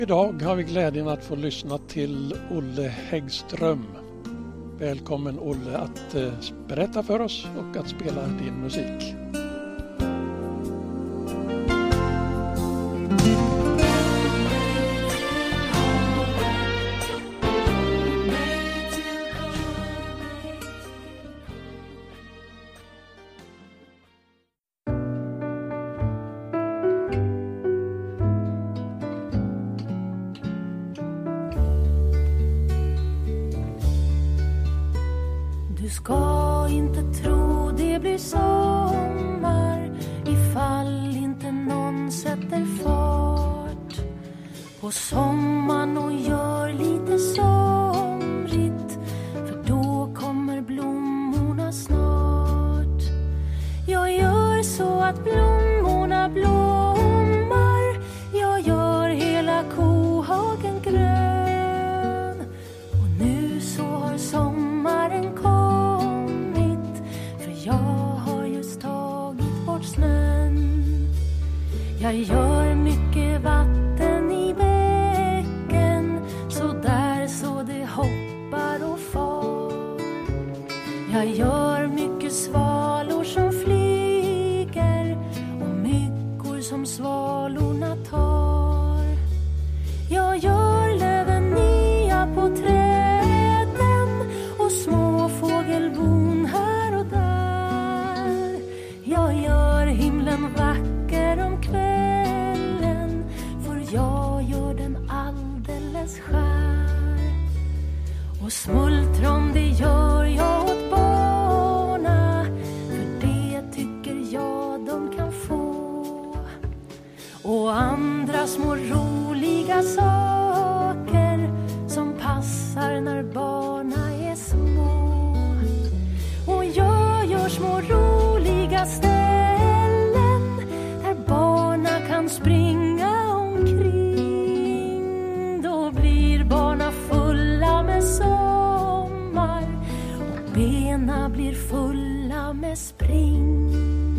Idag har vi glädjen att få lyssna till Olle Häggström. Välkommen Olle att berätta för oss och att spela din musik. Du ska inte tro det blir sommar ifall inte någon sätter fart på sommaren och gör lite somrigt, för då kommer blommorna snart. Jag gör så att blommorna blommar, jag gör hela kohagen grön, och nu så har sommaren kommit. Jag gör mycket vatten i bäcken, så där så det hoppar och far. Jag gör mycket svalor som flyger och myggor som svalorna tar. Jag gör löven nya på träden och små fågelbon här och där. Jag gör himlen vacker om kvällen, för jag gör den alldeles skär. Och smultron det gör jag åt barna, för det tycker jag de kan få. Och andra små roliga saker som passar när barna är små. Och jag gör små roliga ställen där barna kan springa omkring. Då blir barna fulla med sommar och bena blir fulla med spring.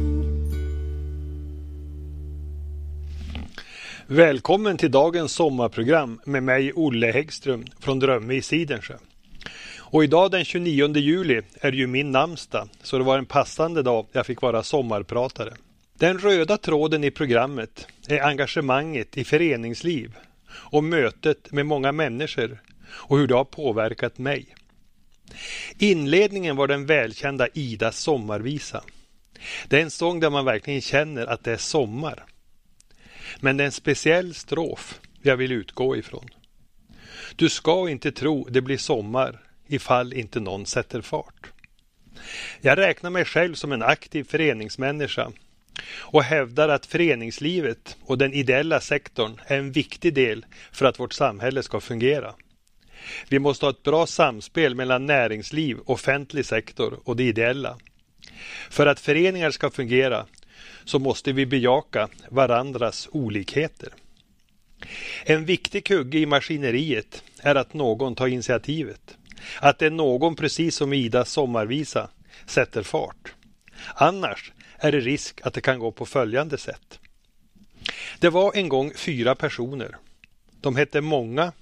Välkommen till dagens sommarprogram med mig Olle Häggström från Drömme i Sidensjö. Och idag den 29 juli är ju min namnsdag, så det var en passande dag jag fick vara sommarpratare. Den röda tråden i programmet är engagemanget i föreningsliv och mötet med många människor och hur det har påverkat mig. Inledningen var den välkända Idas sommarvisa. Det är en sång där man verkligen känner att det är sommar. Men det är en speciell strof jag vill utgå ifrån. Du ska inte tro det blir sommar ifall inte någon sätter fart. Jag räknar mig själv som en aktiv föreningsmänniska och hävdar att föreningslivet och den ideella sektorn är en viktig del för att vårt samhälle ska fungera. Vi måste ha ett bra samspel mellan näringsliv, offentlig sektor och det ideella. För att föreningar ska fungera så måste vi bejaka varandras olikheter. En viktig kugge i maskineriet är att någon tar initiativet. Att det är någon, precis som Idas sommarvisa, sätter fart. Annars är det risk att det kan gå på följande sätt. Det var en gång 4 personer. De hette många,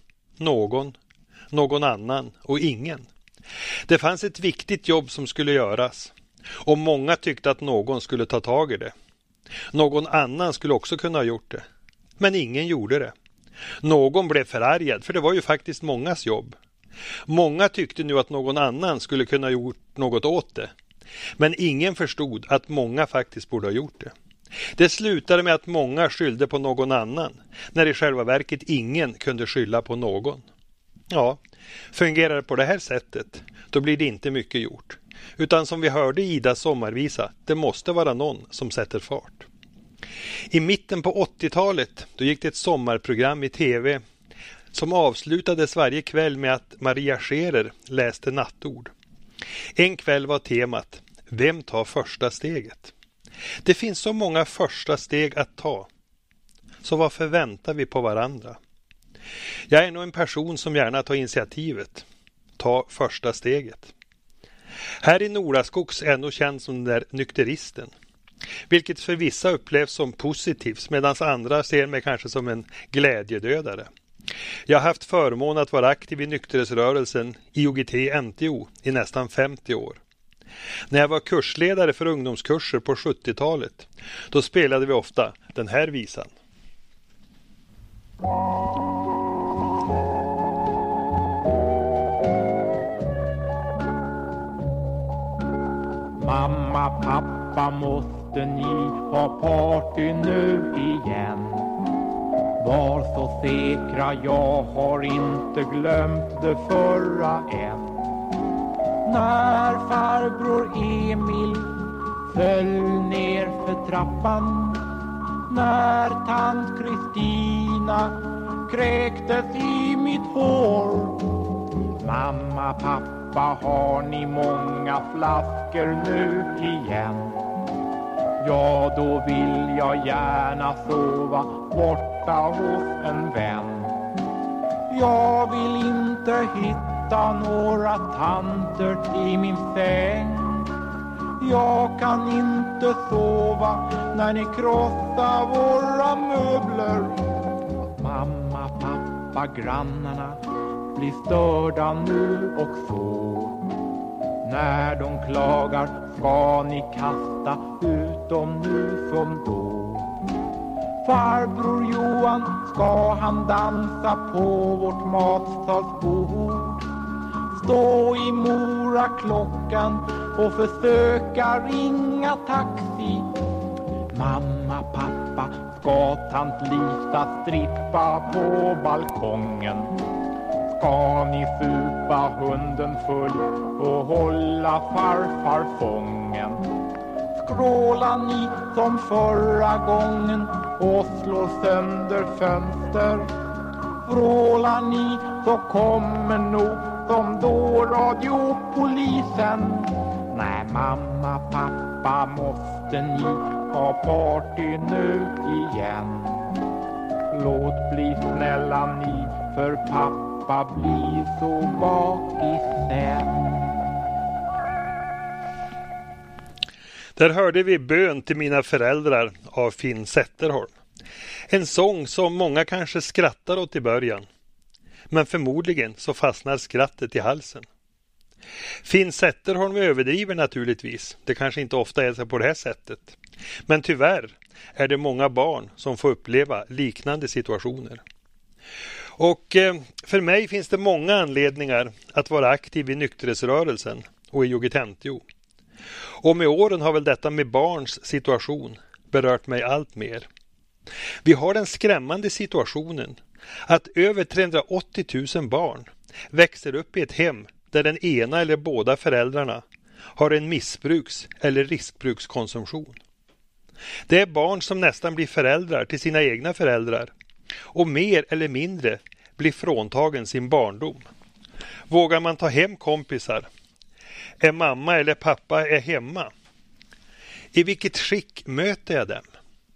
någon annan och ingen. Det fanns ett viktigt jobb som skulle göras. Och många tyckte att någon skulle ta tag i det. Någon annan skulle också kunna ha gjort det. Men ingen gjorde det. Någon blev förargad, för det var ju faktiskt mångas jobb. Många tyckte nu att någon annan skulle kunna ha gjort något åt det. Men ingen förstod att många faktiskt borde ha gjort det. Det slutade med att många skyllde på någon annan, när i själva verket ingen kunde skylla på någon. Ja, fungerar det på det här sättet, då blir det inte mycket gjort. Utan som vi hörde i Idas sommarvisa, det måste vara någon som sätter fart. I mitten på 80-talet då gick det ett sommarprogram i tv som avslutades varje kväll med att Maria Scherer läste nattord. En kväll var temat Vem tar första steget? Det finns så många första steg att ta. Så varför väntar vi på varandra? Jag är nog en person som gärna tar initiativet. Ta första steget. Här i Nordaskogs är nog känd som den där nykteristen. Vilket för vissa upplevs som positivt medan andra ser mig kanske som en glädjedödare. Jag har haft förmån att vara aktiv i nykterhetsrörelsen IOGT-NTO i nästan 50 år. När jag var kursledare för ungdomskurser på 70-talet, då spelade vi ofta den här visan. Mamma, pappa, måste ni ha party nu igen? Var så säkra, jag har inte glömt det förra än. När farbror Emil föll ner för trappan, när tant Kristina kräktes i mitt hår. Mamma, pappa, har ni många flaskor nu igen? Ja, då vill jag gärna sova borta hos en vän. Jag vill inte hitta några tanter i min säng. Jag kan inte sova när ni krossar våra möbler. Mamma, pappa, grannarna blir störda nu och så. När de klagar ska ni kasta ut dem nu som då. Farbror Johan, ska han dansa på vårt matsalsbord? Stå i Mora klockan och försöka ringa taxi. Mamma, pappa, ska tant Lisa strippa på balkongen? Ska ni supa hunden full och hålla farfar fången? Skrålar ni som förra gången och slår sönder fönster? Vrålar ni så kommer nog som då radiopolisen. Nej, mamma, pappa, måste ni ha party nu igen? Låt bli snälla ni, för pappa blir så bakis sen. Där hörde vi Bön till mina föräldrar av Finn Zetterholm. En sång som många kanske skrattar åt i början. Men förmodligen så fastnar skrattet i halsen. Finn Zetterholm överdriver naturligtvis. Det kanske inte ofta är så på det här sättet. Men tyvärr är det många barn som får uppleva liknande situationer. Och för mig finns det många anledningar att vara aktiv i nykterhetsrörelsen och i IOGT-NTO. Och med åren har väl detta med barns situation berört mig allt mer. Vi har den skrämmande situationen att över 380 000 barn växer upp i ett hem där den ena eller båda föräldrarna har en missbruks- eller riskbrukskonsumtion. Det är barn som nästan blir föräldrar till sina egna föräldrar och mer eller mindre blir fråntagen sin barndom. Vågar man ta hem kompisar? Är mamma eller pappa är hemma? I vilket skick möter jag dem?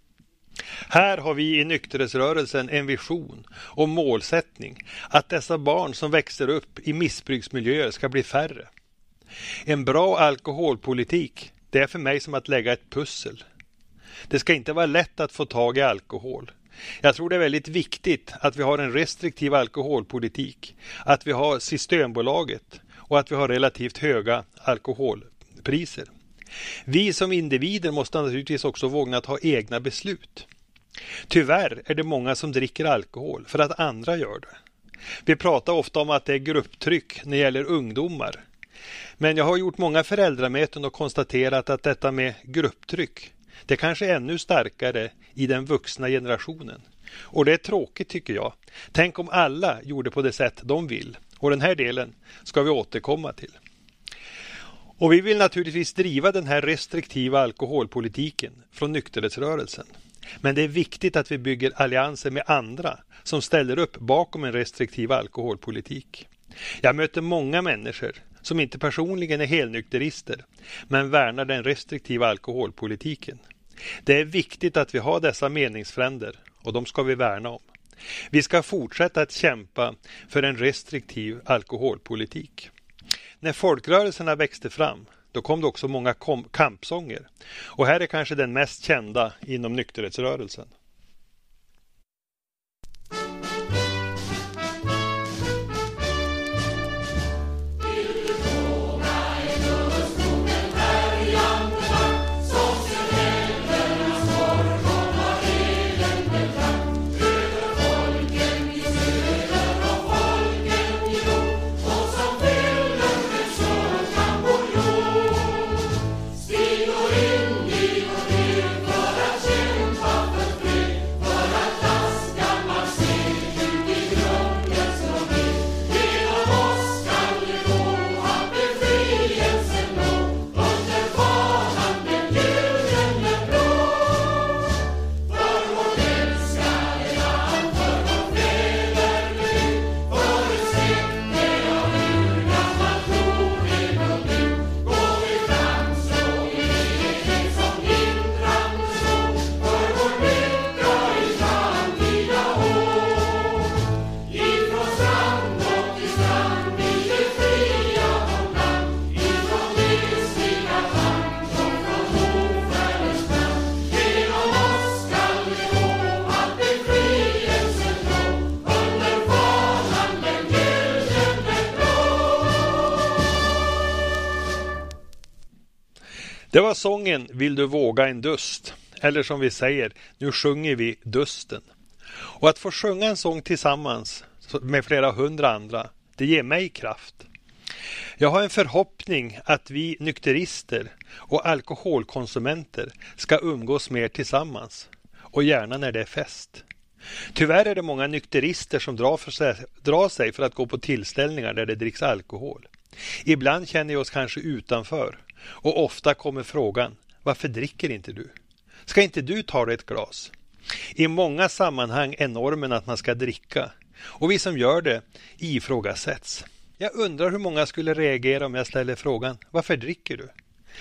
Här har vi i nykterhetsrörelsen en vision och målsättning att dessa barn som växer upp i missbruksmiljöer ska bli färre. En bra alkoholpolitik, det är för mig som att lägga ett pussel. Det ska inte vara lätt att få tag i alkohol. Jag tror det är väldigt viktigt att vi har en restriktiv alkoholpolitik, att vi har Systembolaget och att vi har relativt höga alkoholpriser. Vi som individer måste naturligtvis också våga ta egna beslut. Tyvärr är det många som dricker alkohol för att andra gör det. Vi pratar ofta om att det är grupptryck när det gäller ungdomar. Men jag har gjort många föräldramöten och konstaterat att detta med grupptryck, det kanske är ännu starkare i den vuxna generationen. Och det är tråkigt tycker jag. Tänk om alla gjorde på det sätt de vill. Och den här delen ska vi återkomma till. Och vi vill naturligtvis driva den här restriktiva alkoholpolitiken från nykterhetsrörelsen. Men det är viktigt att vi bygger allianser med andra som ställer upp bakom en restriktiv alkoholpolitik. Jag möter många människor som inte personligen är helnykterister men värnar den restriktiva alkoholpolitiken. Det är viktigt att vi har dessa meningsfränder och de ska vi värna om. Vi ska fortsätta att kämpa för en restriktiv alkoholpolitik. När folkrörelserna växte fram, då kom det också många kampsånger. Och här är kanske den mest kända inom nykterhetsrörelsen. Det var sången Vill du våga en dust? Eller som vi säger, nu sjunger vi dusten. Och att få sjunga en sång tillsammans med flera hundra andra, det ger mig kraft. Jag har en förhoppning att vi nykterister och alkoholkonsumenter ska umgås mer tillsammans. Och gärna när det är fest. Tyvärr är det många nykterister som drar sig för att gå på tillställningar där det dricks alkohol. Ibland känner jag oss kanske utanför. Och ofta kommer frågan, varför dricker inte du? Ska inte du ta dig ett glas? I många sammanhang är normen att man ska dricka. Och vi som gör det ifrågasätts. Jag undrar hur många skulle reagera om jag ställer frågan, varför dricker du?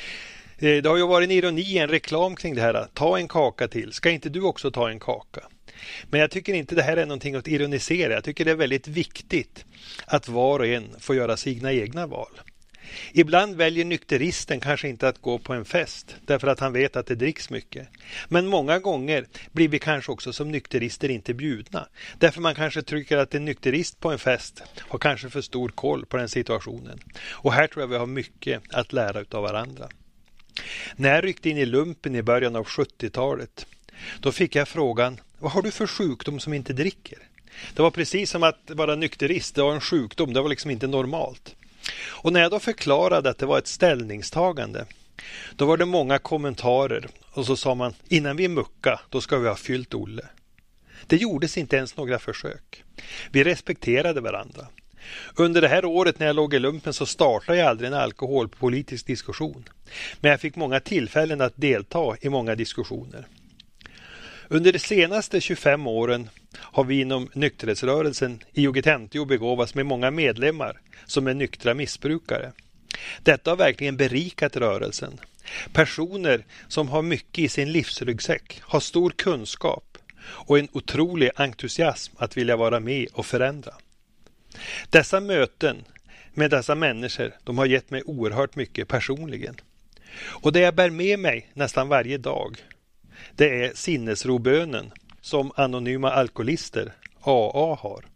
Det har ju varit en ironi, en reklam kring det här. Ta en kaka till. Ska inte du också ta en kaka? Men jag tycker inte det här är någonting att ironisera. Jag tycker det är väldigt viktigt att var och en får göra sina egna val. Ibland väljer nykteristen kanske inte att gå på en fest därför att han vet att det dricks mycket. Men många gånger blir vi kanske också som nykterister inte bjudna. Därför man kanske tycker att en nykterist på en fest har kanske för stor koll på den situationen. Och här tror jag vi har mycket att lära utav varandra. När jag ryckte in i lumpen i början av 70-talet, då fick jag frågan, vad har du för sjukdom som inte dricker? Det var precis som att vara nykterist, det var en sjukdom, det var liksom inte normalt. Och när jag då förklarade att det var ett ställningstagande, då var det många kommentarer och så sa man, innan vi mucka, då ska vi ha fyllt Olle. Det gjordes inte ens några försök. Vi respekterade varandra. Under det här året när jag låg i lumpen så startade jag aldrig en alkoholpolitisk diskussion. Men jag fick många tillfällen att delta i många diskussioner. Under de senaste 25 åren har vi inom nykterhetsrörelsen i Jugitentio begåvats med många medlemmar som är nyktra missbrukare. Detta har verkligen berikat rörelsen. Personer som har mycket i sin livsryggsäck, har stor kunskap och en otrolig entusiasm att vilja vara med och förändra. Dessa möten med dessa människor, de har gett mig oerhört mycket personligen. Och det jag bär med mig nästan varje dag, det är sinnesrobönen som anonyma alkoholister, AA, har.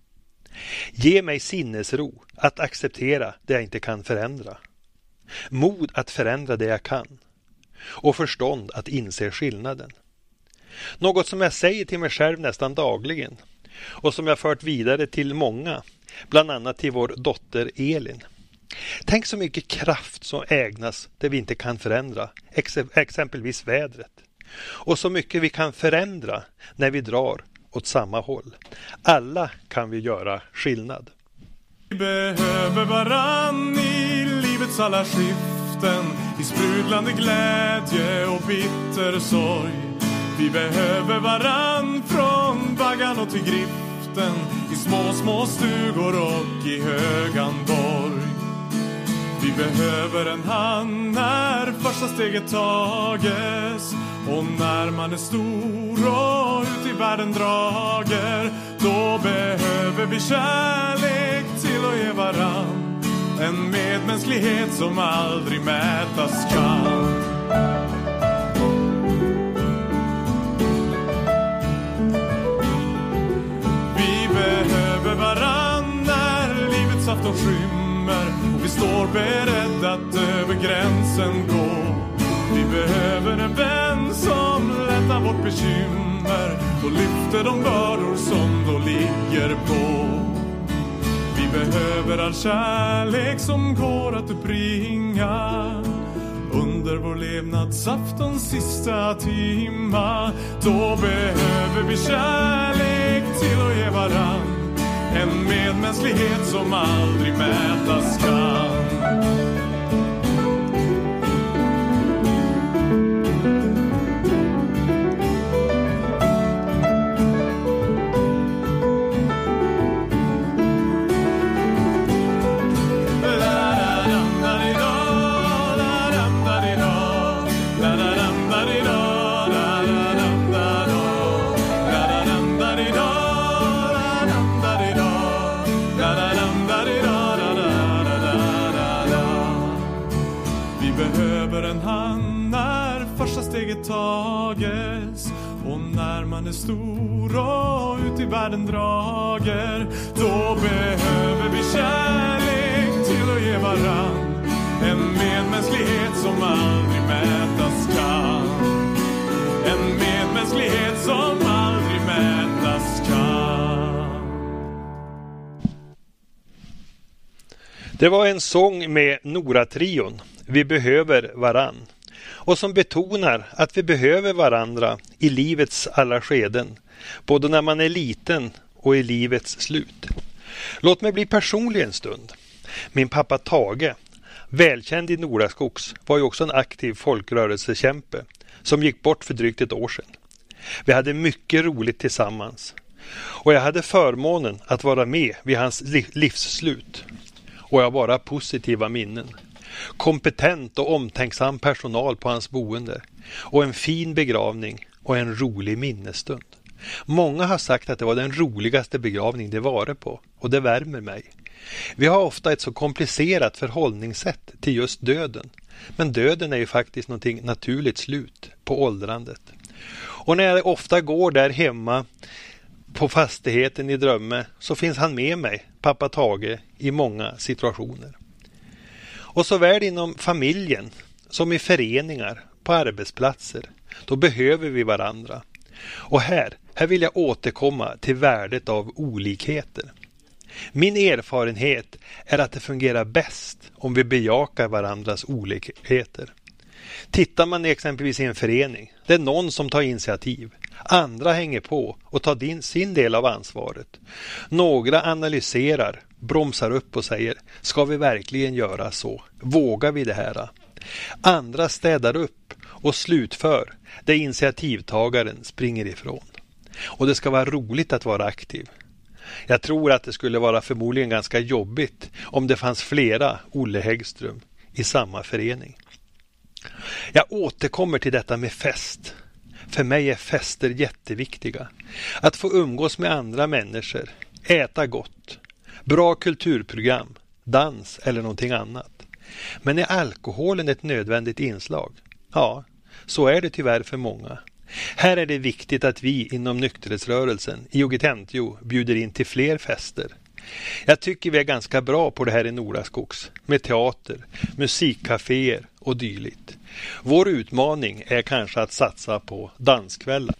Ge mig sinnesro att acceptera det jag inte kan förändra. Mod att förändra det jag kan. Och förstånd att inse skillnaden. Något som jag säger till mig själv nästan dagligen. Och som jag fört vidare till många. Bland annat till vår dotter Elin. Tänk så mycket kraft som ägnas det vi inte kan förändra. Exempelvis vädret. Och så mycket vi kan förändra när vi drar åt samma håll. Alla kan vi göra skillnad. Vi behöver varann i livets alla skiften, i sprudlande glädje och bitter sorg. Vi behöver varann från vaggan och till griften, i små, små stugor och i Höganborg. Vi behöver en hand när första steget tages, och när man är stor och ut i världen drager, då behöver vi kärlek till att ge varann, en medmänsklighet som aldrig mätas kan. Vi behöver varann när livets afton skymmer och vi står beredda att över gränsen gå. Vi behöver en vän som lättar vårt bekymmer och lyfter de bördor som då ligger på. Vi behöver all kärlek som går att uppringa under vår levnadsaftons sista timma. Då behöver vi kärlek till att ge varann, en medmänsklighet som aldrig mätas kan. Tages, och när man är stor och ut i världen drager, då behöver vi kärlek till att ge varann, en medmänsklighet som aldrig mätas kan. En medmänsklighet som aldrig mätas kan. Det var en sång med Nora-trion, Vi behöver varann. Och som betonar att vi behöver varandra i livets alla skeden. Både när man är liten och i livets slut. Låt mig bli personlig en stund. Min pappa Tage, välkänd i Noraskogs, var ju också en aktiv folkrörelsekämpe som gick bort för drygt ett år sedan. Vi hade mycket roligt tillsammans. Och jag hade förmånen att vara med vid hans livsslut. Och jag har bara positiva minnen. Kompetent och omtänksam personal på hans boende. Och en fin begravning och en rolig minnesstund. Många har sagt att det var den roligaste begravning det varit på. Och det värmer mig. Vi har ofta ett så komplicerat förhållningssätt till just döden. Men döden är ju faktiskt någonting naturligt slut på åldrandet. Och när jag ofta går där hemma på fastigheten i Drömme så finns han med mig, pappa Tage, i många situationer. Och såväl inom familjen som i föreningar, på arbetsplatser, då behöver vi varandra. Och här vill jag återkomma till värdet av olikheter. Min erfarenhet är att det fungerar bäst om vi bejakar varandras olikheter. Tittar man exempelvis i en förening, det är någon som tar initiativ. Andra hänger på och tar sin del av ansvaret. Några analyserar, bromsar upp och säger, ska vi verkligen göra så? Vågar vi det här? Andra städar upp och slutför där initiativtagaren springer ifrån. Och det ska vara roligt att vara aktiv. Jag tror att det skulle vara förmodligen ganska jobbigt om det fanns flera Olle Häggström i samma förening. Jag återkommer till detta med fest. För mig är fester jätteviktiga. Att få umgås med andra människor, äta gott, bra kulturprogram, dans eller någonting annat. Men är alkoholen ett nödvändigt inslag? Ja, så är det tyvärr för många. Här är det viktigt att vi inom nykterhetsrörelsen i Ogitentio bjuder in till fler fester. Jag tycker vi är ganska bra på det här i Noraskogs med teater, musikcaféer och dylikt. Vår utmaning är kanske att satsa på danskvällar.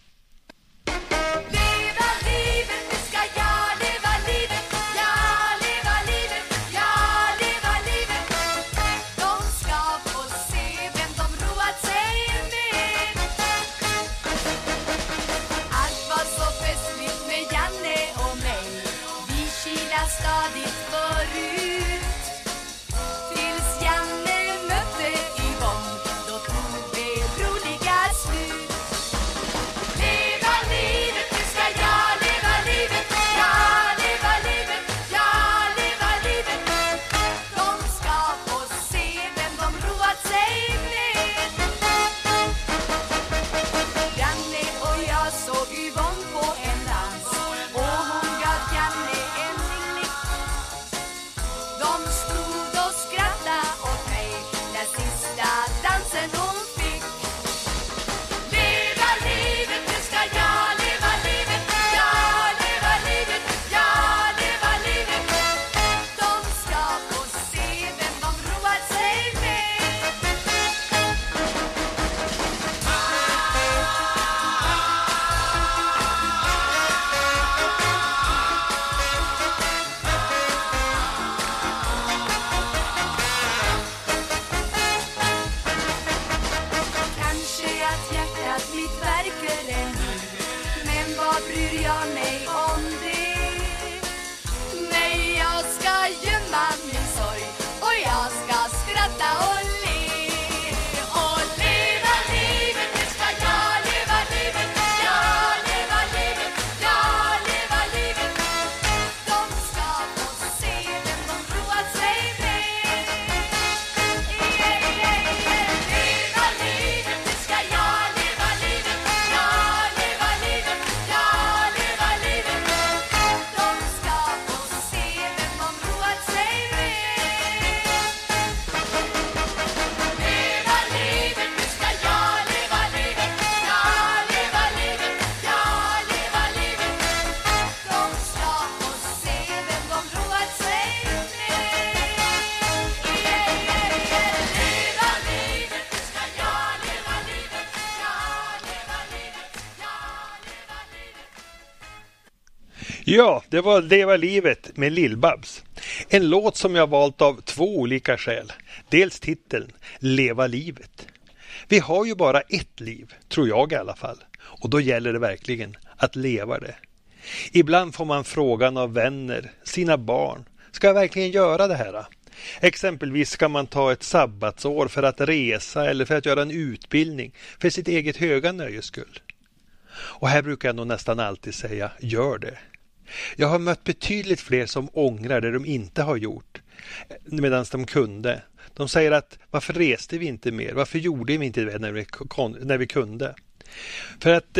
Ja, det var Leva livet med Lill-Babs. En låt som jag valt av två olika skäl. Dels titeln Leva livet. Vi har ju bara ett liv, tror jag i alla fall. Och då gäller det verkligen att leva det. Ibland får man frågan av vänner, sina barn. Ska jag verkligen göra det här? Exempelvis ska man ta ett sabbatsår för att resa eller för att göra en utbildning för sitt eget höga nöjes skull. Och här brukar jag nog nästan alltid säga, gör det. Jag har mött betydligt fler som ångrar det de inte har gjort medan de kunde. De säger att varför reste vi inte mer? Varför gjorde vi inte det när vi kunde? För att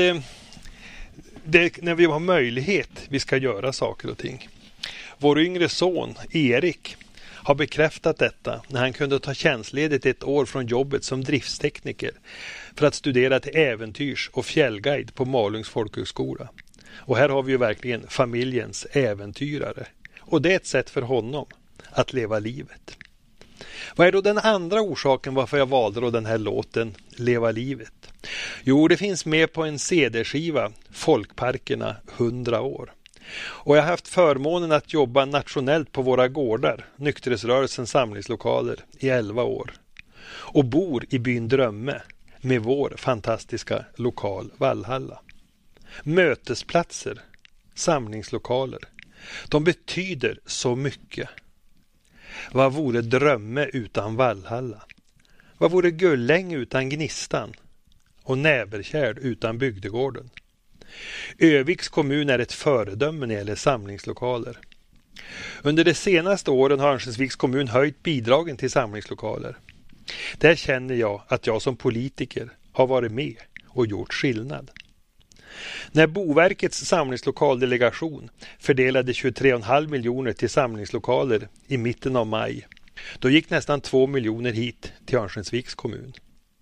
när vi har möjlighet vi ska göra saker och ting. Vår yngre son Erik har bekräftat detta när han kunde ta tjänstledigt ett år från jobbet som driftstekniker för att studera till äventyrs- och fjällguide på Malungs folkhögskola. Och här har vi ju verkligen familjens äventyrare. Och det är ett sätt för honom att leva livet. Vad är då den andra orsaken varför jag valde då den här låten Leva livet? Jo, det finns med på en CD-skiva, Folkparkerna 100 år. Och jag har haft förmånen att jobba nationellt på våra gårdar, nykterhetsrörelsens samlingslokaler, i 11 år. Och bor i byn Drömme med vår fantastiska lokal Vallhalla. Mötesplatser, samlingslokaler, de betyder så mycket. Vad vore Drömme utan Vallhalla? Vad vore Gulläng utan Gnistan? Och Näverkärd utan Bygdegården? Öviks kommun är ett föredöme när det gäller samlingslokaler. Under de senaste åren har Örnsköldsviks kommun höjt bidragen till samlingslokaler. Där känner jag att jag som politiker har varit med och gjort skillnad. När Boverkets samlingslokaldelegation fördelade 23,5 miljoner till samlingslokaler i mitten av maj, då gick nästan 2 miljoner hit till Örnsköldsviks kommun.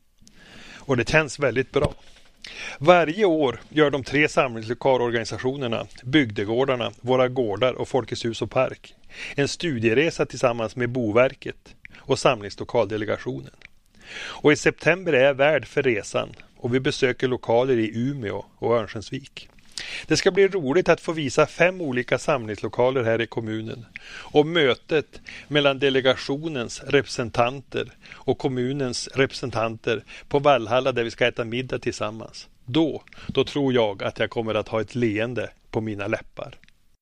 Och det känns väldigt bra. Varje år gör de 3 samlingslokalorganisationerna, Bygdegårdarna, Våra gårdar och Folkets hus och park en studieresa tillsammans med Boverket och samlingslokaldelegationen. Och i september är jag värd för resan och vi besöker lokaler i Umeå och Örnsköldsvik. Det ska bli roligt att få visa 5 olika samlingslokaler här i kommunen och mötet mellan delegationens representanter och kommunens representanter på Vallhalla där vi ska äta middag tillsammans. Då tror jag att jag kommer att ha ett leende på mina läppar.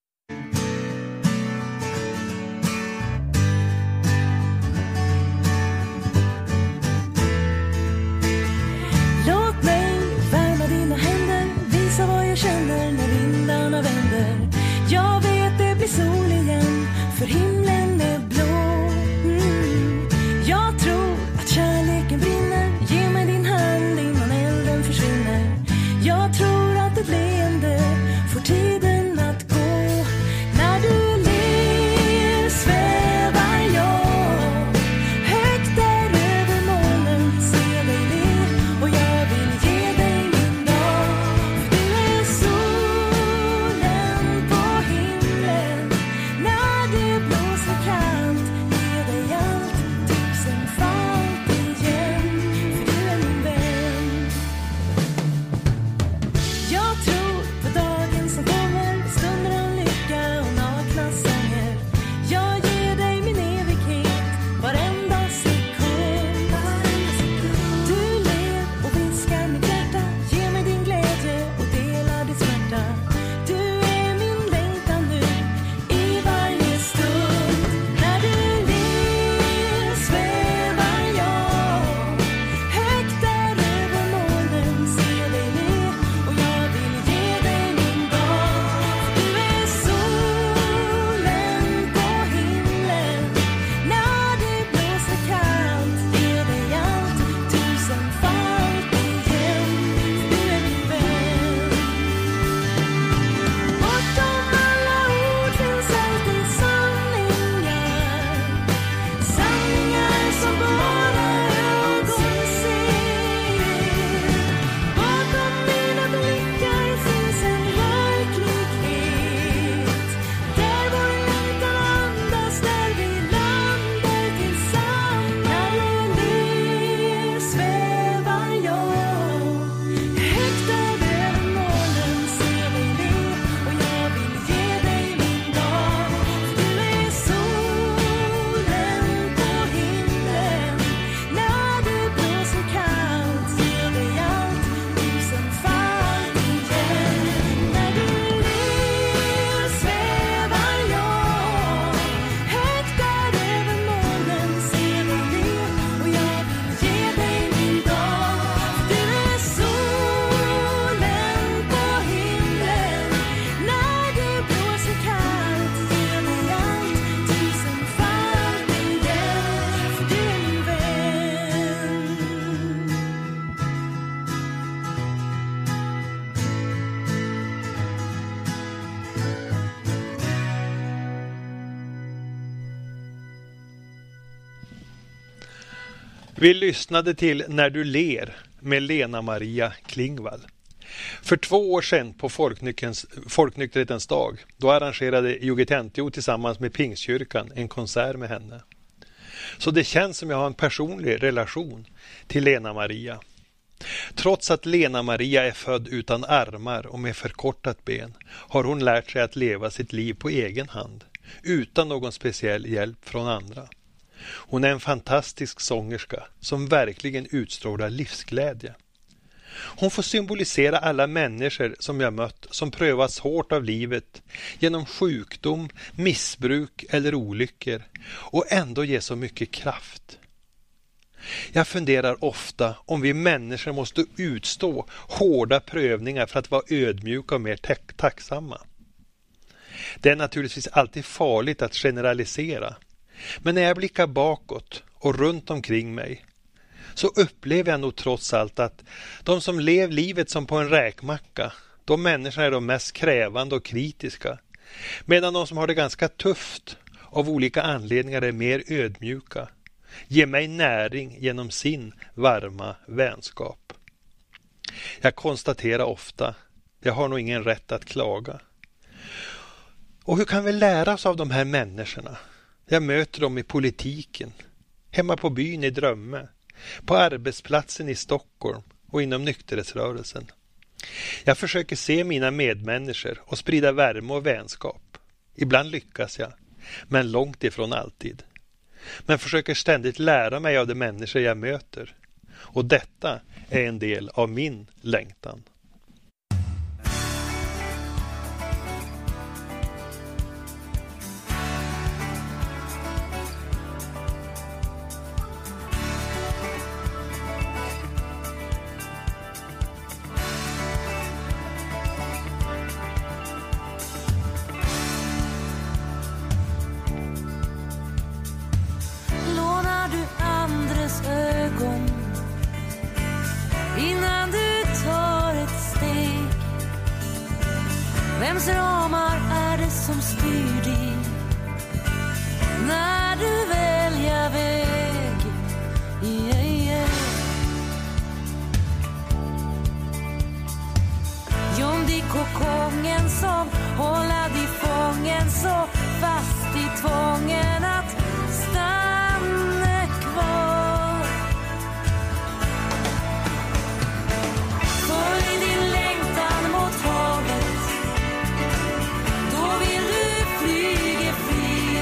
Låt mig värma dina händer, visa vad jag känner när vindarna vänder. Jag vet det blir sol igen, för himlen är blå. Jag tror att kärleken brinner, ge mig din hand innan elden försvinner. Jag tror att ett leende får tiden att gå. Vi lyssnade till När du ler med Lena Maria Klingvall. För 2 år sedan på Folknykterhetens dag, då arrangerade Jugetentio tillsammans med Pingstkyrkan en konsert med henne. Så det känns som jag har en personlig relation till Lena Maria. Trots att Lena Maria är född utan armar och med förkortat ben har hon lärt sig att leva sitt liv på egen hand, utan någon speciell hjälp från andra. Hon är en fantastisk sångerska som verkligen utstrålar livsglädje. Hon får symbolisera alla människor som jag mött som prövas hårt av livet genom sjukdom, missbruk eller olyckor och ändå ge så mycket kraft. Jag funderar ofta om vi människor måste utstå hårda prövningar för att vara ödmjuka och mer tacksamma. Det är naturligtvis alltid farligt att generalisera, men när jag blickar bakåt och runt omkring mig så upplever jag nog trots allt att de som lever livet som på en räkmacka, de människorna är de mest krävande och kritiska, medan de som har det ganska tufft av olika anledningar är mer ödmjuka, ger mig näring genom sin varma vänskap. Jag konstaterar ofta, jag har nog ingen rätt att klaga. Och hur kan vi lära oss av de här människorna? Jag möter dem i politiken, hemma på byn i Drömme, på arbetsplatsen i Stockholm och inom nykterhetsrörelsen. Jag försöker se mina medmänniskor och sprida värme och vänskap. Ibland lyckas jag, men långt ifrån alltid. Men försöker ständigt lära mig av de människor jag möter. Och detta är en del av min längtan. Innan du tar ett steg, vems ramar är det som styr dig när du väljer väg? Göm dig kokongen som håller dig fången så fast i tvången att stanna kvar. Följ din längtan mot havet, då vill du flyga fri.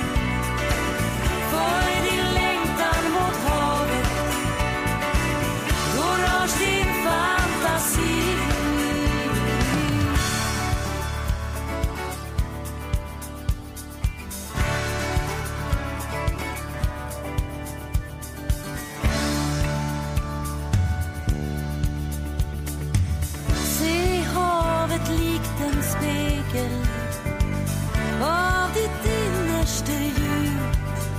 Följ din längtan mot havet, då rörs din fantasi. Av ditt innersta djup,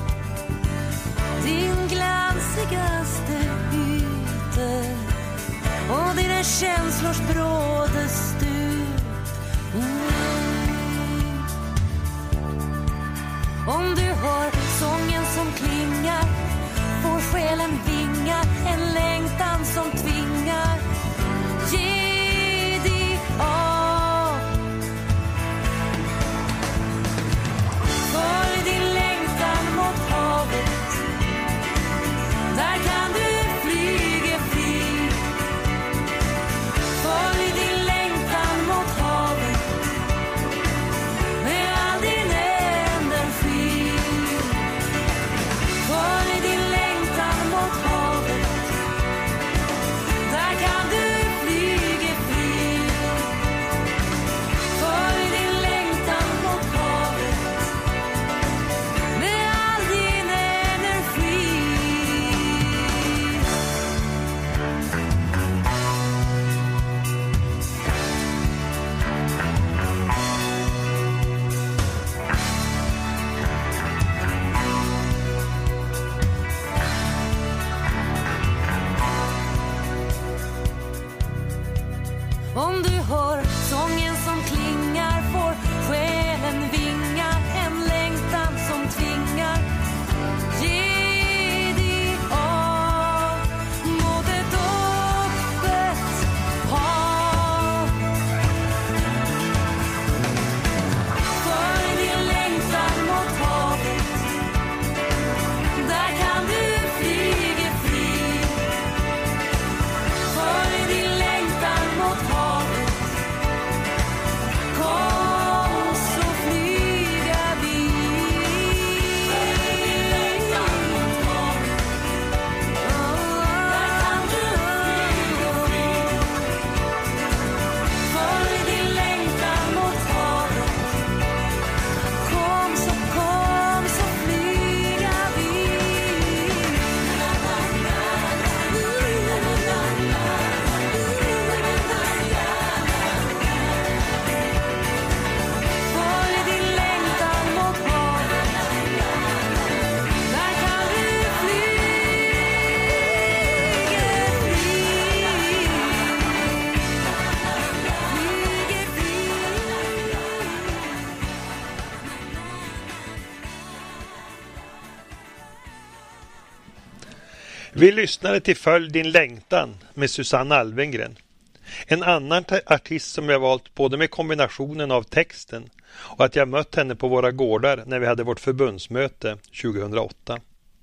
din glansigaste yta och dina känslors bråde stup. Om du hör sången som klingar, får själen vingar, en längtan som tvingar. Ge dig av. Följ din längtan mot havet, där kan du flyga fri. Följ din längtan mot havet, med all din energi. Följ din längtan mot havet, där kan du flyga Vi lyssnade till Följ din längtan med Susanne Alvengren. En annan artist som jag valt både med kombinationen av texten och att jag mött henne på våra gårdar när vi hade vårt förbundsmöte 2008.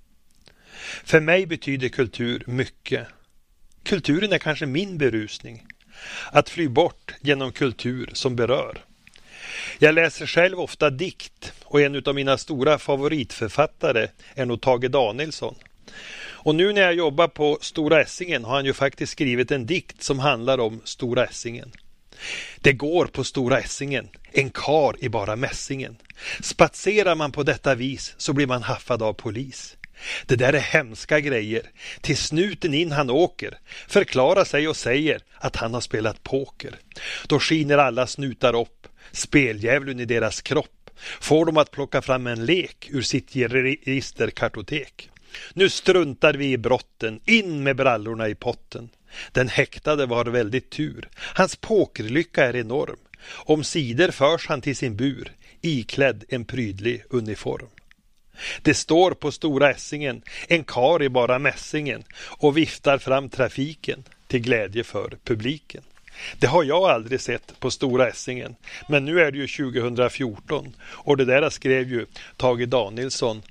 För mig betyder kultur mycket. Kulturen är kanske min berusning. Att fly bort genom kultur som berör. Jag läser själv ofta dikt och en av mina stora favoritförfattare är nog Tage Danielsson. Och nu när jag jobbar på Stora Essingen har han ju faktiskt skrivit en dikt som handlar om Stora Essingen. Det går på Stora Essingen, en kar i bara mässingen. Spatserar man på detta vis så blir man haffad av polis. Det där är hemska grejer. Till snuten in han åker. Förklarar sig och säger att han har spelat poker. Då skiner alla snutar upp. Speldjävulen i deras kropp. Får de att plocka fram en lek ur sitt registerkartotek. Nu struntar vi i brotten. In med brallorna i potten. Den häktade var väldigt tur. Hans pokerlycka är enorm. Om sidor förs han till sin bur. Iklädd en prydlig uniform. Det står på Stora Essingen en kar i bara mässingen och viftar fram trafiken till glädje för publiken. Det har jag aldrig sett på Stora Essingen, men nu är det ju 2014 och det där skrev ju Tage Danielsson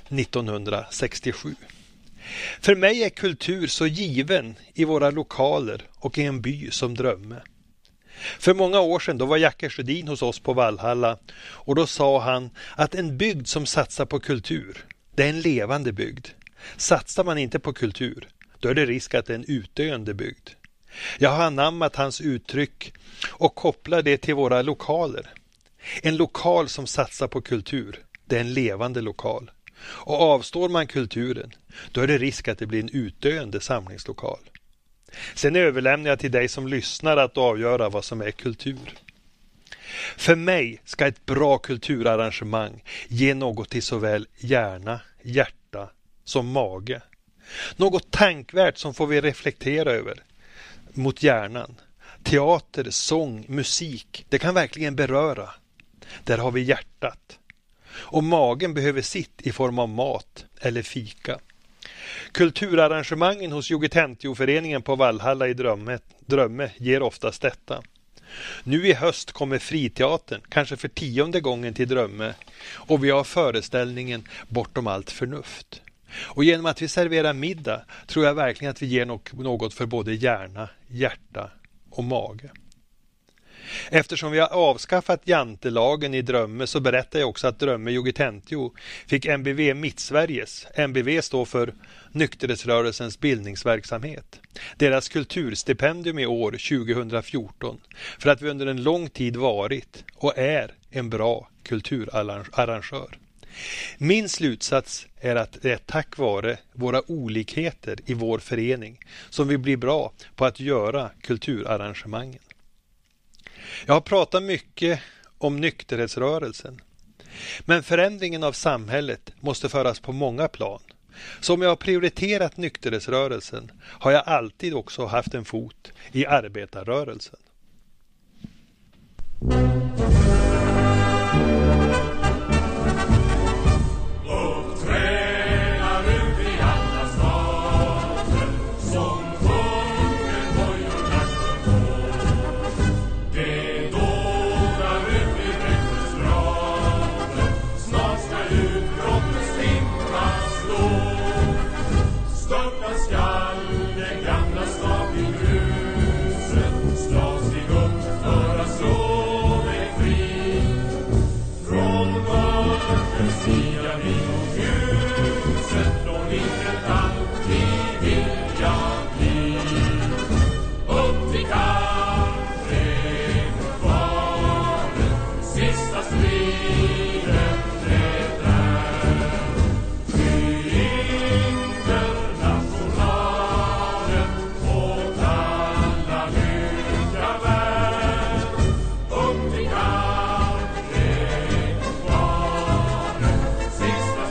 1967. För mig är kultur så given i våra lokaler och i en by som Drömme. För många år sedan då var Jacke Sjödin hos oss på Valhalla och då sa han att en bygd som satsar på kultur, det är en levande bygd. Satsar man inte på kultur, då är det risk att det är en utdöende bygd. Jag har anammat hans uttryck och kopplar det till våra lokaler. En lokal som satsar på kultur, det är en levande lokal. Och avstår man kulturen, då är det risk att det blir en utdöende samlingslokal. Sen överlämnar jag till dig som lyssnar att avgöra vad som är kultur. För mig ska ett bra kulturarrangemang ge något till såväl hjärna, hjärta som mage. Något tankvärt som får vi reflektera över mot hjärnan. Teater, sång, musik, det kan verkligen beröra. Där har vi hjärtat. Och magen behöver sitt i form av mat eller fika. Kulturarrangemangen hos Jugendtentio-föreningen på Valhalla i Drömme ger oftast detta. Nu i höst kommer Friteatern, kanske för 10:e gången till Drömme, och vi har föreställningen Bortom allt förnuft. Och genom att vi serverar middag tror jag verkligen att vi ger något för både hjärna, hjärta och mage. Eftersom vi har avskaffat jantelagen i Drömme så berättar jag också att Drömme Jugendtentio fick MBV Mittsveriges. MBV står för Nykterhetsrörelsens bildningsverksamhet. Deras kulturstipendium i år 2014 för att vi under en lång tid varit och är en bra kulturarrangör. Min slutsats är att det är tack vare våra olikheter i vår förening som vi blir bra på att göra kulturarrangemangen. Jag har pratat mycket om nykterhetsrörelsen. Men förändringen av samhället måste föras på många plan. Så om jag har prioriterat nykterhetsrörelsen har jag alltid också haft en fot i arbetarrörelsen. Sista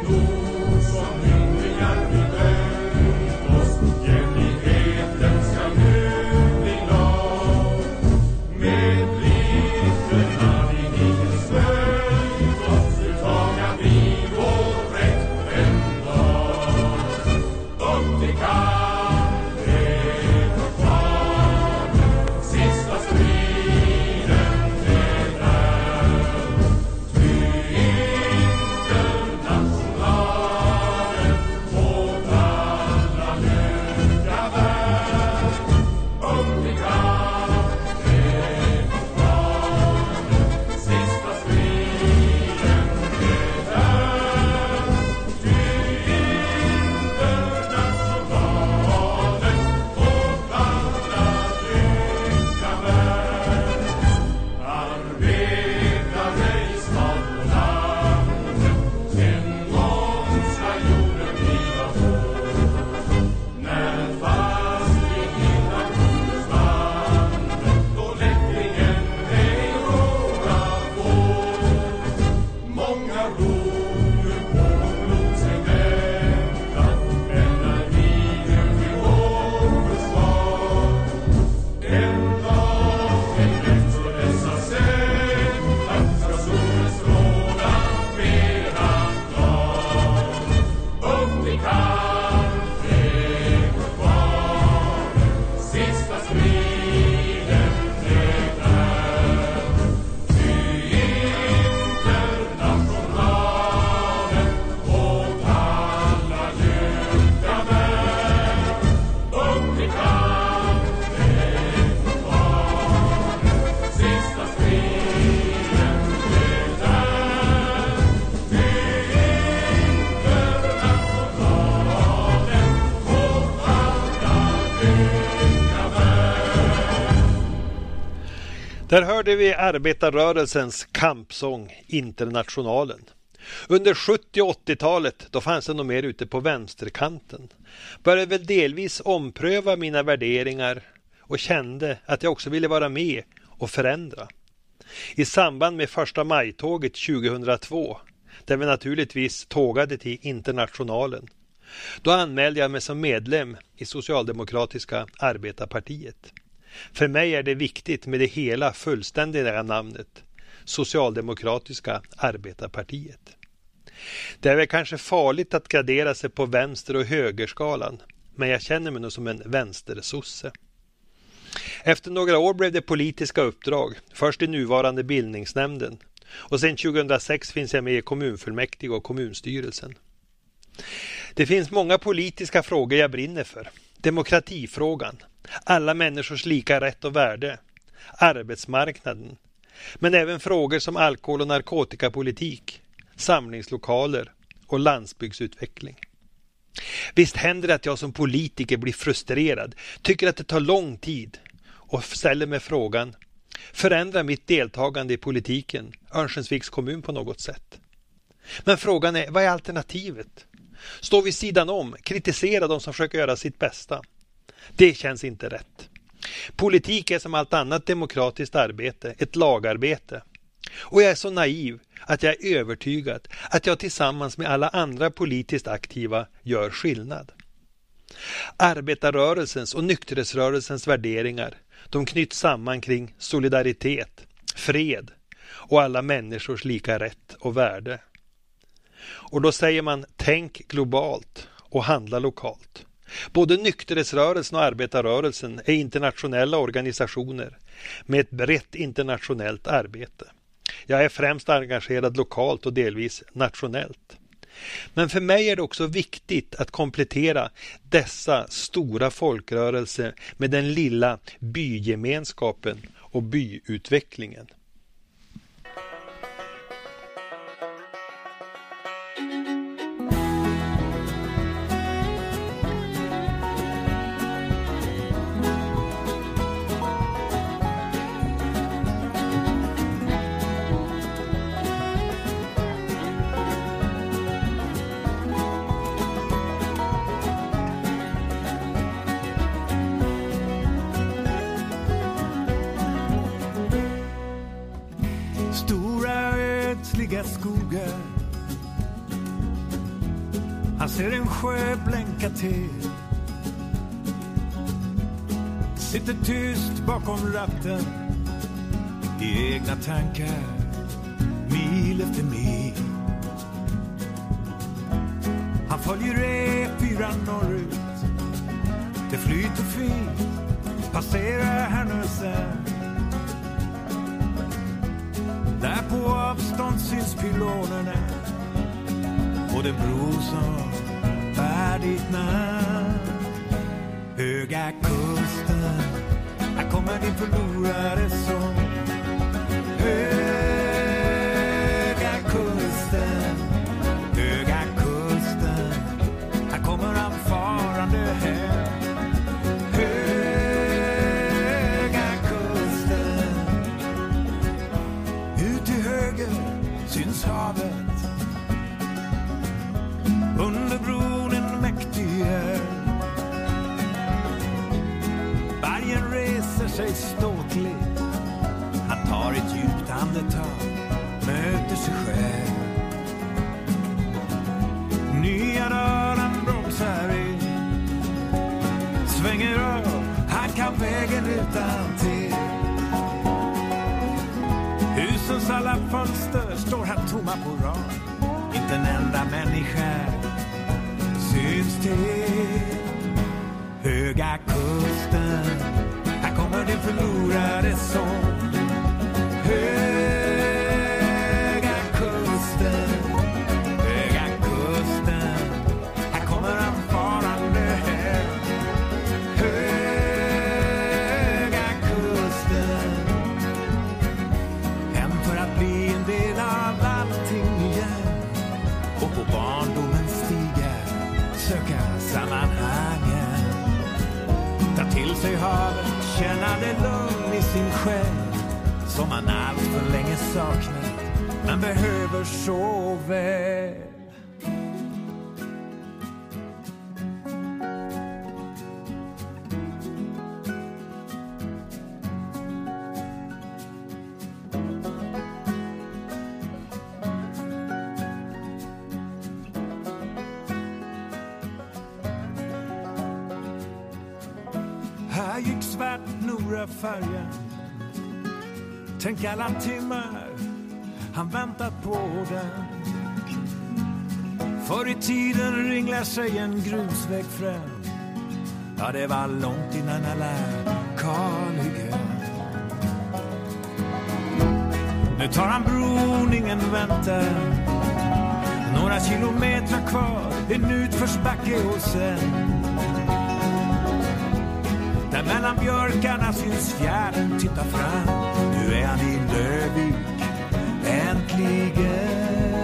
Där hörde vi arbetarrörelsens kampsång Internationalen. Under 70- och 80-talet, då fanns det nog mer ute på vänsterkanten. Började väl delvis ompröva mina värderingar och kände att jag också ville vara med och förändra. I samband med första majtåget 2002, där vi naturligtvis tågade till Internationalen, då anmälde jag mig som medlem i Socialdemokratiska arbetarpartiet. För mig är det viktigt med det hela fullständiga namnet, Socialdemokratiska arbetarpartiet. Det är väl kanske farligt att gradera sig på vänster- och högerskalan, men jag känner mig nog som en vänstersosse. Efter några år blev det politiska uppdrag, först i nuvarande bildningsnämnden, och sedan 2006 finns jag med i kommunfullmäktige och kommunstyrelsen. Det finns många politiska frågor jag brinner för. Demokratifrågan, alla människors lika rätt och värde, arbetsmarknaden, men även frågor som alkohol- och narkotikapolitik, samlingslokaler och landsbygdsutveckling. Visst händer det att jag som politiker blir frustrerad, tycker att det tar lång tid och ställer mig frågan: förändrar mitt deltagande i politiken Örnsköldsviks kommun på något sätt? Men frågan är, vad är alternativet? Stå vid sidan om, kritisera de som försöker göra sitt bästa. Det känns inte rätt. Politik är som allt annat demokratiskt arbete, ett lagarbete. Och jag är så naiv att jag är övertygad att jag tillsammans med alla andra politiskt aktiva gör skillnad. Arbetarrörelsens och nykterhetsrörelsens värderingar, de knyts samman kring solidaritet, fred och alla människors lika rätt och värde. Och då säger man, tänk globalt och handla lokalt. Både nykterhetsrörelsen och arbetarrörelsen är internationella organisationer med ett brett internationellt arbete. Jag är främst engagerad lokalt och delvis nationellt. Men för mig är det också viktigt att komplettera dessa stora folkrörelser med den lilla bygemenskapen och byutvecklingen. Stora ödsliga skogar, Han ser en sjö blänka till, sitter tyst bakom ratten i egna tankar, mil efter mil. Han följer E4 norrut, det flyter fint, passerar Härnösand. Där på avstånd syns pylonerna och den bro som bär ditt namn. Höga kusten, här kommer din förlorade son. Höga kusten, här kommer han farande hem. Höga kusten, ut till höger syns havet. Under bron en mäktig ö. Bergen reser sig ståtligt. Han tar ett djupt andetag, möter sig själv. Nya dörren bromsar in, svänger upp, han kan vägen utan till. Husens alla fönster står här tomma på rad. Inte en enda människa syns till. Höga kusten, här kommer din förlorade son. Höga kusten, här kommer han farande hem. Höga kusten, hem för att bli en del av allting igen. Och på barndomens stigar söka sammanhangen. Ta till sig havet, känna det lugn i sin själ. Som man allt för länge saknat, men behöver så väl. Här gick svart Nora färgen. Tänk alla timmar han väntat på den. Förr i tiden ringlar sig en grusväg fram. Ja, det var långt innan alla kalhyggen. Nu tar han bron, ingen väntar. Några kilometer kvar, en utförsbacke och sen. Där mellan björkarna syns fjärden titta fram. Nu är han i Lövik, äntligen.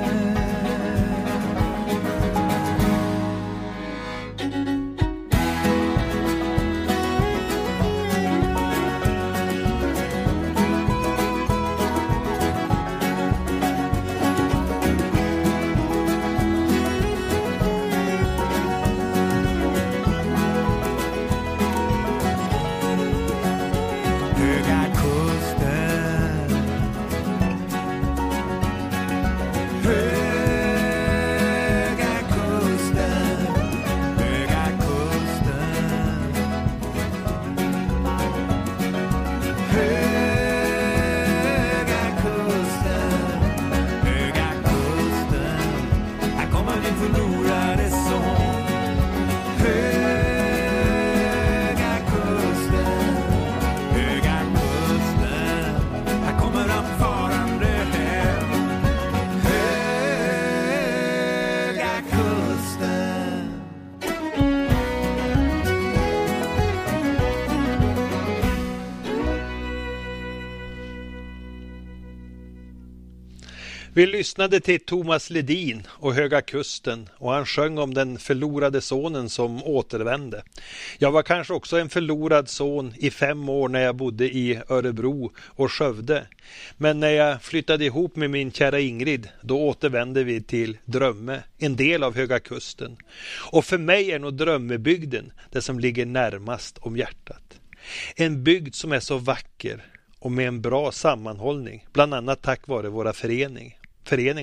Vi lyssnade till Thomas Ledin och Höga kusten och han sjöng om den förlorade sonen som återvände. Jag var kanske också en förlorad son i 5 år när jag bodde i Örebro och Skövde. Men när jag flyttade ihop med min kära Ingrid, då återvände vi till Drömme, en del av Höga kusten. Och för mig är nog Drömmebygden det som ligger närmast om hjärtat. En bygd som är så vacker och med en bra sammanhållning, bland annat tack vare våra föreningar.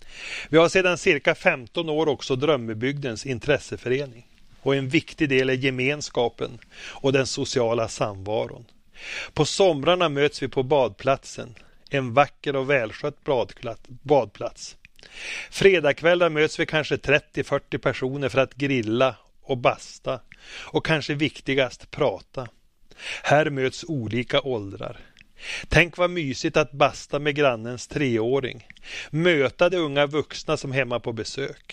Vi har sedan cirka 15 år också Drömmebygdens intresseförening. Och en viktig del är gemenskapen och den sociala samvaron. På somrarna möts vi på badplatsen. En vacker och välskött badplats. Fredagskvällar möts vi kanske 30-40 personer för att grilla och basta. Och kanske viktigast prata. Här möts olika åldrar. Tänk vad mysigt att basta med grannens 3-åring. Möta de unga vuxna som hemma på besök.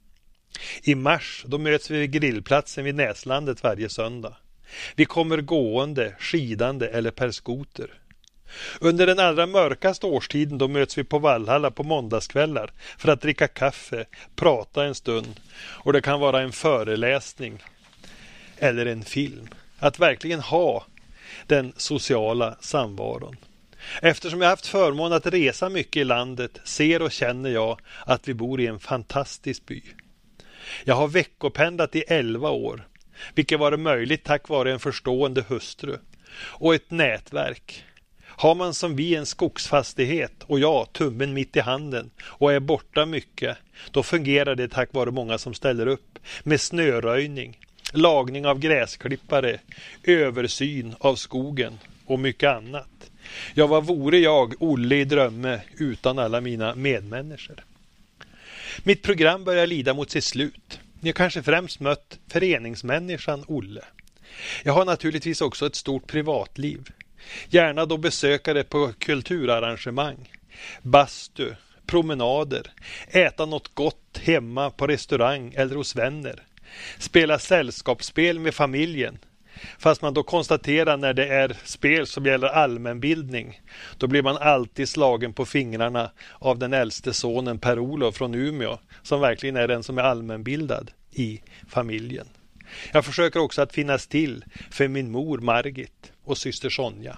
I mars då möts vi vid grillplatsen vid Näslandet varje söndag. Vi kommer gående, skidande eller per skoter. Under den allra mörkaste årstiden då möts vi på Valhalla på måndagskvällar för att dricka kaffe, prata en stund och det kan vara en föreläsning eller en film. Att verkligen ha den sociala samvaron. Eftersom jag haft förmån att resa mycket i landet ser och känner jag att vi bor i en fantastisk by. Jag har veckopendlat i 11 år, vilket var möjligt tack vare en förstående hustru och ett nätverk. Har man som vi en skogsfastighet och jag tummen mitt i handen och är borta mycket, då fungerar det tack vare många som ställer upp med snöröjning, lagning av gräsklippare, översyn av skogen och mycket annat. Ja, vad vore jag, Olle i Drömme, utan alla mina medmänniskor? Mitt program börjar lida mot sitt slut. Ni har kanske främst mött föreningsmänniskan Olle. Jag har naturligtvis också ett stort privatliv. Gärna då besökare på kulturarrangemang, bastu, promenader, äta något gott hemma på restaurang eller hos vänner. Spela sällskapsspel med familjen. Fast man då konstaterar när det är spel som gäller allmänbildning, då blir man alltid slagen på fingrarna av den äldste sonen Per-Olof från Umeå, som verkligen är den som är allmänbildad i familjen. Jag försöker också att finnas till för min mor Margit och syster Sonja.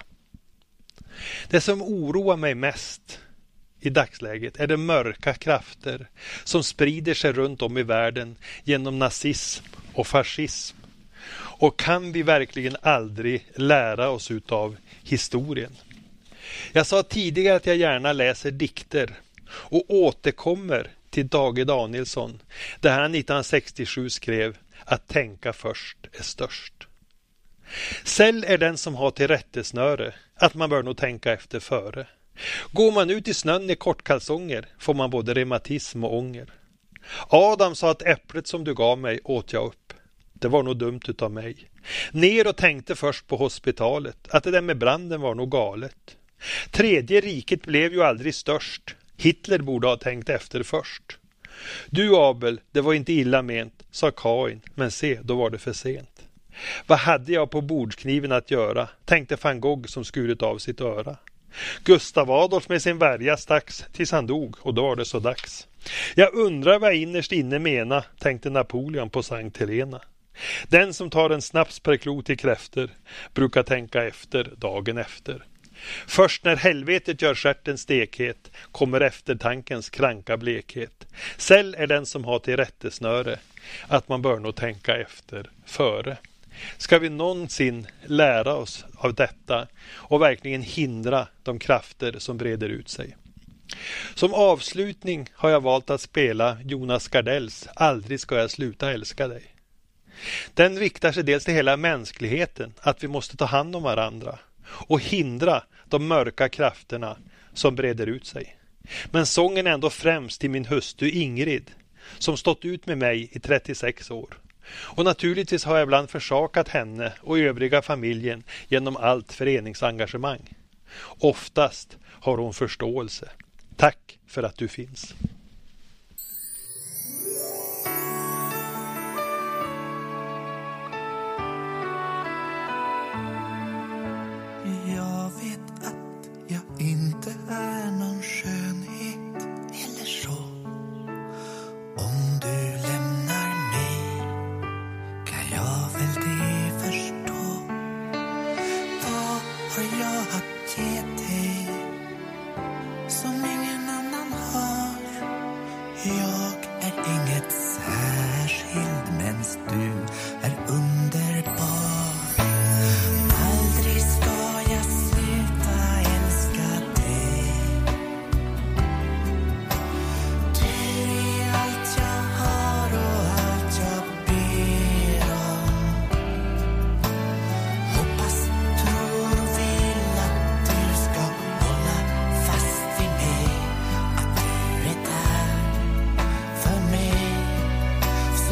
Det som oroar mig mest i dagsläget är de mörka krafter som sprider sig runt om i världen genom nazism och fascism. Och kan vi verkligen aldrig lära oss utav historien? Jag sa tidigare att jag gärna läser dikter och återkommer till Tage Danielsson där han 1967 skrev att tänka först är störst. Säll är den som har till rättesnöre att man bör nog tänka efter före. Går man ut i snön i kortkalsonger får man både reumatism och ånger. Adam sa att äpplet som du gav mig åt jag upp. Det var nog dumt utav mig. Ner och tänkte först på hospitalet att det där med branden var nog galet. Tredje riket blev ju aldrig störst. Hitler borde ha tänkt efter först. Du Abel, det var inte illa ment, sa Kain, men se, då var det för sent. Vad hade jag på bordskniven att göra, tänkte van Gogh som skurit av sitt öra. Gustav Adolf med sin värja stacks tills han dog och då var det så dags. Jag undrar vad jag innerst inne mena, tänkte Napoleon på Sankt Helena. Den som tar en snaps per klot i kräfter brukar tänka efter dagen efter. Först när helvetet gör stjärten stekhet kommer eftertankens kranka blekhet. Säll är den som har till rättesnöre att man bör nog tänka efter före. Ska vi någonsin lära oss av detta och verkligen hindra de krafter som breder ut sig? Som avslutning har jag valt att spela Jonas Gardells Aldrig ska jag sluta älska dig. Den riktar sig dels till hela mänskligheten, att vi måste ta hand om varandra och hindra de mörka krafterna som breder ut sig. Men sången är ändå främst till min hustru Ingrid, som stått ut med mig i 36 år. Och naturligtvis har jag ibland försakat henne och övriga familjen genom allt föreningsengagemang. Oftast har hon förståelse. Tack för att du finns. Jag vet att jag inte är någon skönhet eller så. Om du lämnar mig kan jag väl det förstå. Vad har jag att ge dig som ingen annan har?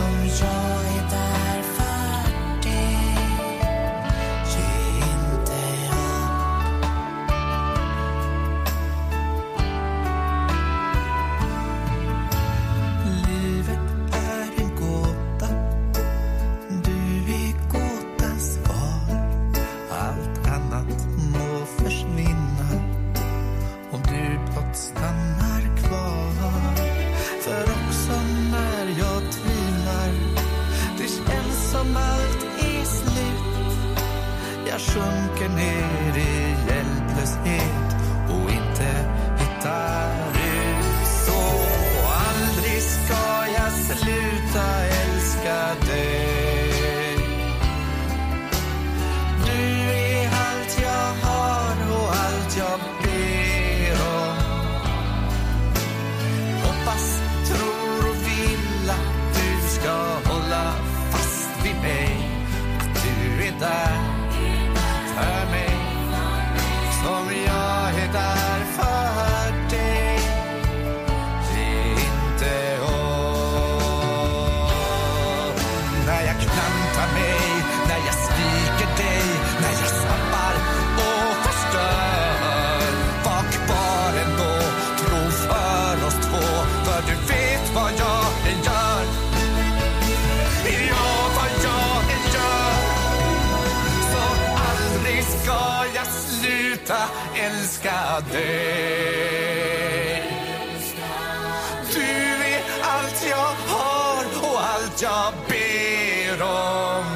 Älska dig. Du är allt jag har och allt jag ber om.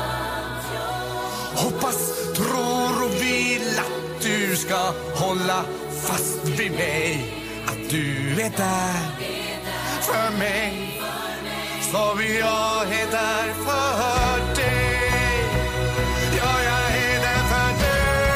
Hoppas, tror och vill att du ska hålla fast vid mig. Att du är där för mig som jag är där för dig. Ja, jag är där för dig.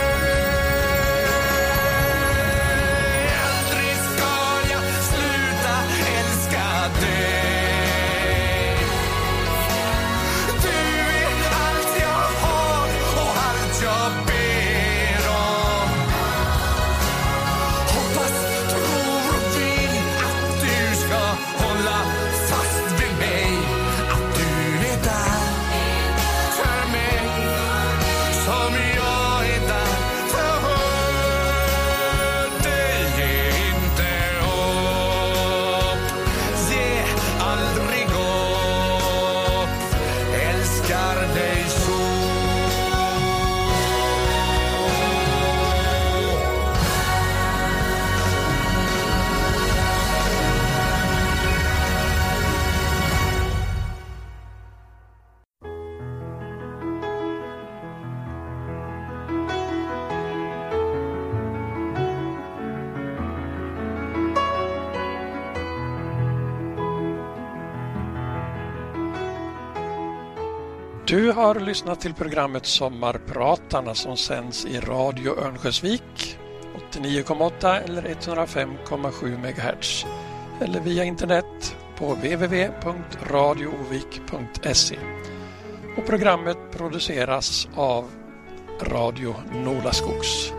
Du har lyssnat till programmet Sommarpratarna som sänds i Radio Örnsköldsvik 89,8 eller 105,7 MHz eller via internet på www.radioovik.se. Och programmet produceras av Radio Nolaskogs.